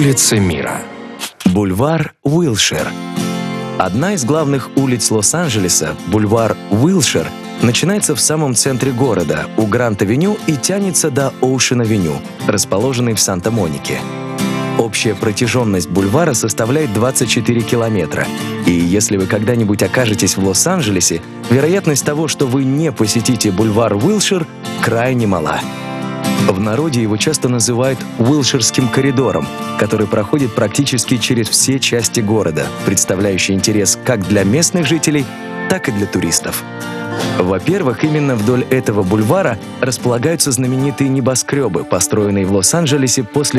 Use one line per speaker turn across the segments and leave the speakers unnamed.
Улицы мира.
Бульвар Уилшир. Одна из главных улиц Лос-Анджелеса, бульвар Уилшир, начинается в самом центре города, у Гранд-авеню, и тянется до Оушен-авеню, расположенной в Санта-Монике. Общая протяженность бульвара составляет 24 километра, и если вы когда-нибудь окажетесь в Лос-Анджелесе, вероятность того, что вы не посетите бульвар Уилшир, крайне мала. В народе его часто называют Уилширским коридором, который проходит практически через все части города, представляющий интерес как для местных жителей, так и для туристов. Во-первых, именно вдоль этого бульвара располагаются знаменитые небоскребы, построенные в Лос-Анджелесе после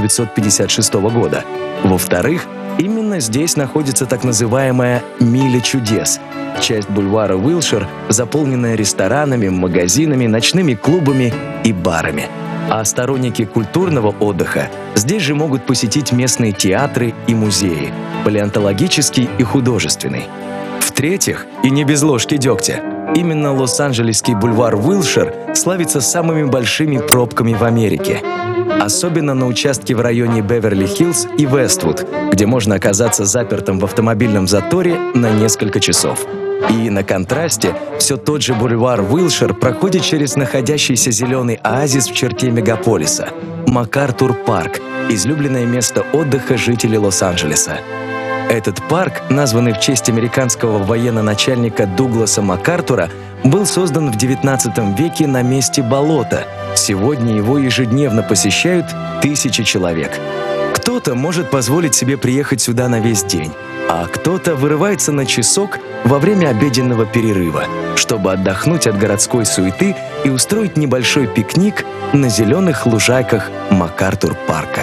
1956 года. Во-вторых, именно здесь находится так называемая «Миля чудес», часть бульвара Уилшир, заполненная ресторанами, магазинами, ночными клубами и барами. А сторонники культурного отдыха здесь же могут посетить местные театры и музеи, палеонтологический и художественный. В-третьих, и не без ложки дегтя, именно Лос-Анджелесский бульвар Уилшир славится самыми большими пробками в Америке. Особенно на участке в районе Беверли-Хиллз и Вествуд, где можно оказаться запертым в автомобильном заторе на несколько часов. И на контрасте все тот же бульвар Уилшир проходит через находящийся зеленый оазис в черте мегаполиса – МакАртур-парк, излюбленное место отдыха жителей Лос-Анджелеса. Этот парк, названный в честь американского военно-начальника Дугласа МакАртура, был создан в XIX веке на месте болота. Сегодня его ежедневно посещают тысячи человек. Кто-то может позволить себе приехать сюда на весь день, а кто-то вырывается на часок во время обеденного перерыва, чтобы отдохнуть от городской суеты и устроить небольшой пикник на зеленых лужайках МакАртур-парка.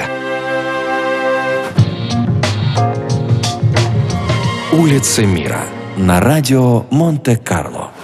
Улицы мира.
На радио Монте-Карло.